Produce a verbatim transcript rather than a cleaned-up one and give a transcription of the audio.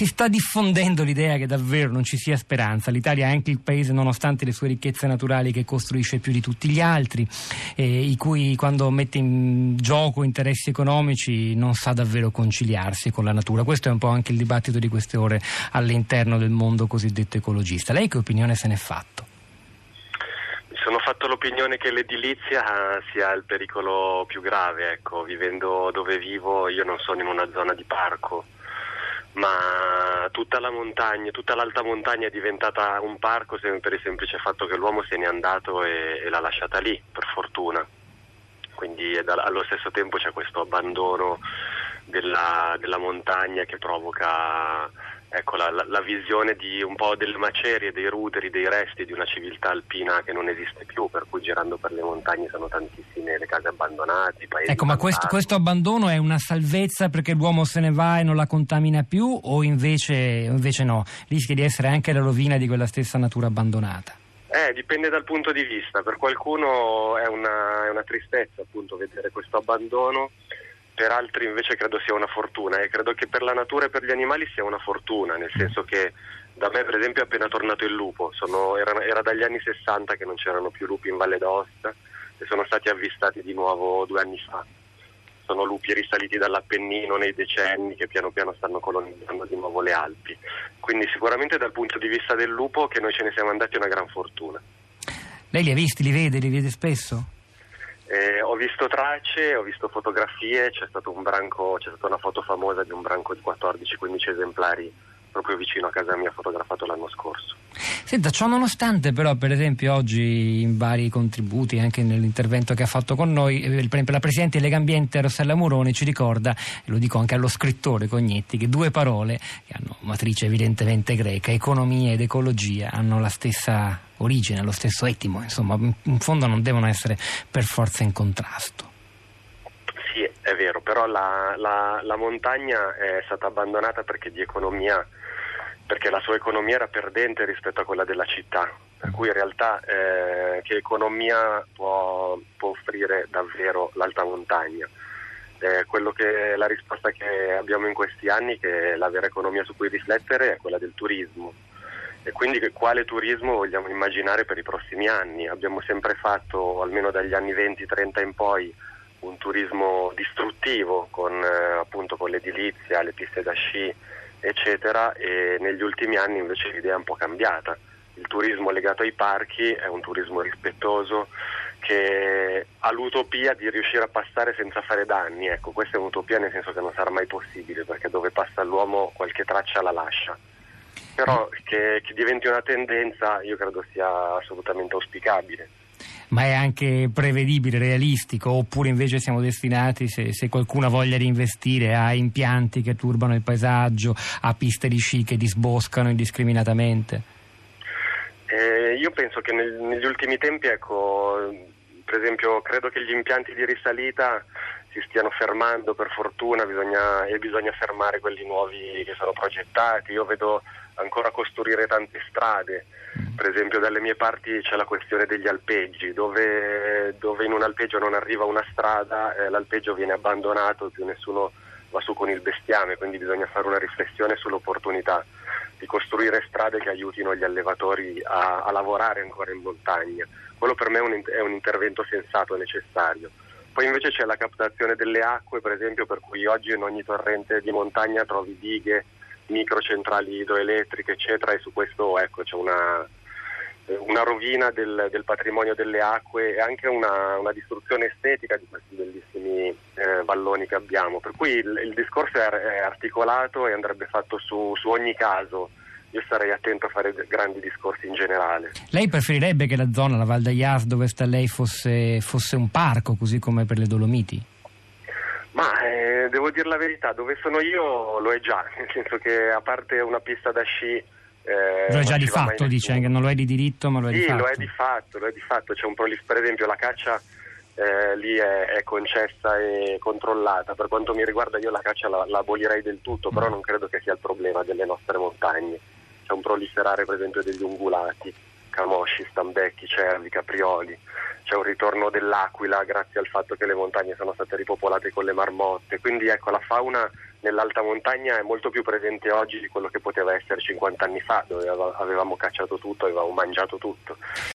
si sta diffondendo l'idea che davvero non ci sia speranza. L'Italia è anche il paese, nonostante le sue ricchezze naturali, che costruisce più di tutti gli altri, eh, i cui, quando mette in gioco interessi economici, non sa davvero conciliarsi con la natura. Questo è un po' anche il dibattito di queste ore all'interno del mondo cosiddetto ecologista. Lei che opinione se n'è fatto? Mi sono fatto l'opinione che l'edilizia sia il pericolo più grave, ecco. Vivendo dove vivo, io non sono in una zona di parco, ma tutta la montagna, tutta l'alta montagna è diventata un parco per il semplice fatto che l'uomo se n'è andato e, e l'ha lasciata lì, per fortuna. Quindi da, allo stesso tempo c'è questo abbandono della, della montagna che provoca, ecco, la, la, la visione di un po' delle macerie, dei ruderi, dei resti di una civiltà alpina che non esiste più, per cui girando per le montagne sono tantissime le case abbandonate, i paesi Ecco, ma questo, questo abbandono è una salvezza perché l'uomo se ne va e non la contamina più, o invece, invece no, rischia di essere anche la rovina di quella stessa natura abbandonata? Eh, dipende dal punto di vista. Per qualcuno è una, è una tristezza appunto vedere questo abbandono, per altri invece credo sia una fortuna, e credo che per la natura e per gli animali sia una fortuna, nel senso che da me per esempio è appena tornato il lupo. Sono, era, era dagli anni sessanta che non c'erano più lupi in Valle d'Aosta e sono stati avvistati di nuovo due anni fa. Sono lupi risaliti dall'Appennino nei decenni che piano piano stanno colonizzando di nuovo le Alpi. Quindi sicuramente dal punto di vista del lupo che noi ce ne siamo andati è una gran fortuna. Lei li ha visti, li vede, li vede spesso? Eh, ho visto tracce, ho visto fotografie, c'è stato un branco, c'è stata una foto famosa di un branco di quattordici quindici esemplari proprio vicino a casa mia, fotografato l'anno scorso. Senta, ciò nonostante però, per esempio oggi in vari contributi, anche nell'intervento che ha fatto con noi, per esempio la Presidente di Legambiente Rossella Muroni ci ricorda, e lo dico anche allo scrittore Cognetti, che due parole che hanno matrice evidentemente greca, economia ed ecologia, hanno la stessa origine, lo stesso etimo, insomma in fondo non devono essere per forza in contrasto. Sì, è vero, però la, la, la montagna è stata abbandonata perché di economia perché la sua economia era perdente rispetto a quella della città, per cui in realtà eh, che economia può, può offrire davvero l'alta montagna? Eh, quello che la risposta che abbiamo in questi anni, che la vera economia su cui riflettere è quella del turismo, e quindi che, quale turismo vogliamo immaginare per i prossimi anni? Abbiamo sempre fatto, almeno dagli anni venti trenta in poi, un turismo distruttivo con eh, appunto con l'edilizia, le piste da sci eccetera, e negli ultimi anni invece l'idea è un po' cambiata. Il turismo legato ai parchi è un turismo rispettoso che ha l'utopia di riuscire a passare senza fare danni. Ecco, questa è un'utopia nel senso che non sarà mai possibile, perché dove passa l'uomo qualche traccia la lascia. Però che, che diventi una tendenza io credo sia assolutamente auspicabile. Ma è anche prevedibile, realistico, oppure invece siamo destinati, se, se qualcuno ha voglia di investire, a impianti che turbano il paesaggio, a piste di sci che disboscano indiscriminatamente? Eh, io penso che nel, negli ultimi tempi, ecco, per esempio, credo che gli impianti di risalita si stiano fermando, per fortuna, bisogna, e bisogna fermare quelli nuovi che sono progettati. Io vedo ancora costruire tante strade. Per esempio dalle mie parti c'è la questione degli alpeggi, dove, dove in un alpeggio non arriva una strada, eh, l'alpeggio viene abbandonato, più nessuno va su con il bestiame, quindi bisogna fare una riflessione sull'opportunità di costruire strade che aiutino gli allevatori a, a lavorare ancora in montagna. Quello per me è un, è un intervento sensato e necessario. Poi invece c'è la captazione delle acque, per esempio, per cui oggi in ogni torrente di montagna trovi dighe, microcentrali idroelettriche eccetera, e su questo ecco c'è una, una rovina del, del patrimonio delle acque e anche una, una distruzione estetica di questi bellissimi eh, valloni che abbiamo, per cui il, il discorso è, è articolato e andrebbe fatto su, su ogni caso. Io sarei attento a fare grandi discorsi in generale. Lei preferirebbe che la zona, la Val d'Ayas, dove sta lei, fosse, fosse un parco, così come per le Dolomiti? Ma eh, devo dire la verità, dove sono io lo è già, nel senso che a parte una pista da sci eh, lo è già di fatto, dice, che non lo è di diritto ma lo è sì, di fatto. Sì, lo è di fatto, lo è di fatto, c'è un prolif- per esempio la caccia eh, lì è, è concessa e controllata, per quanto mi riguarda io la caccia la, la abolirei del tutto, però non credo che sia il problema delle nostre montagne. C'è un proliferare per esempio degli ungulati, camosci, stambecchi, cervi, caprioli. C'è un ritorno dell'aquila grazie al fatto che le montagne sono state ripopolate con le marmotte, quindi ecco la fauna nell'alta montagna è molto più presente oggi di quello che poteva essere cinquanta anni fa, dove avevamo cacciato tutto, avevamo mangiato tutto.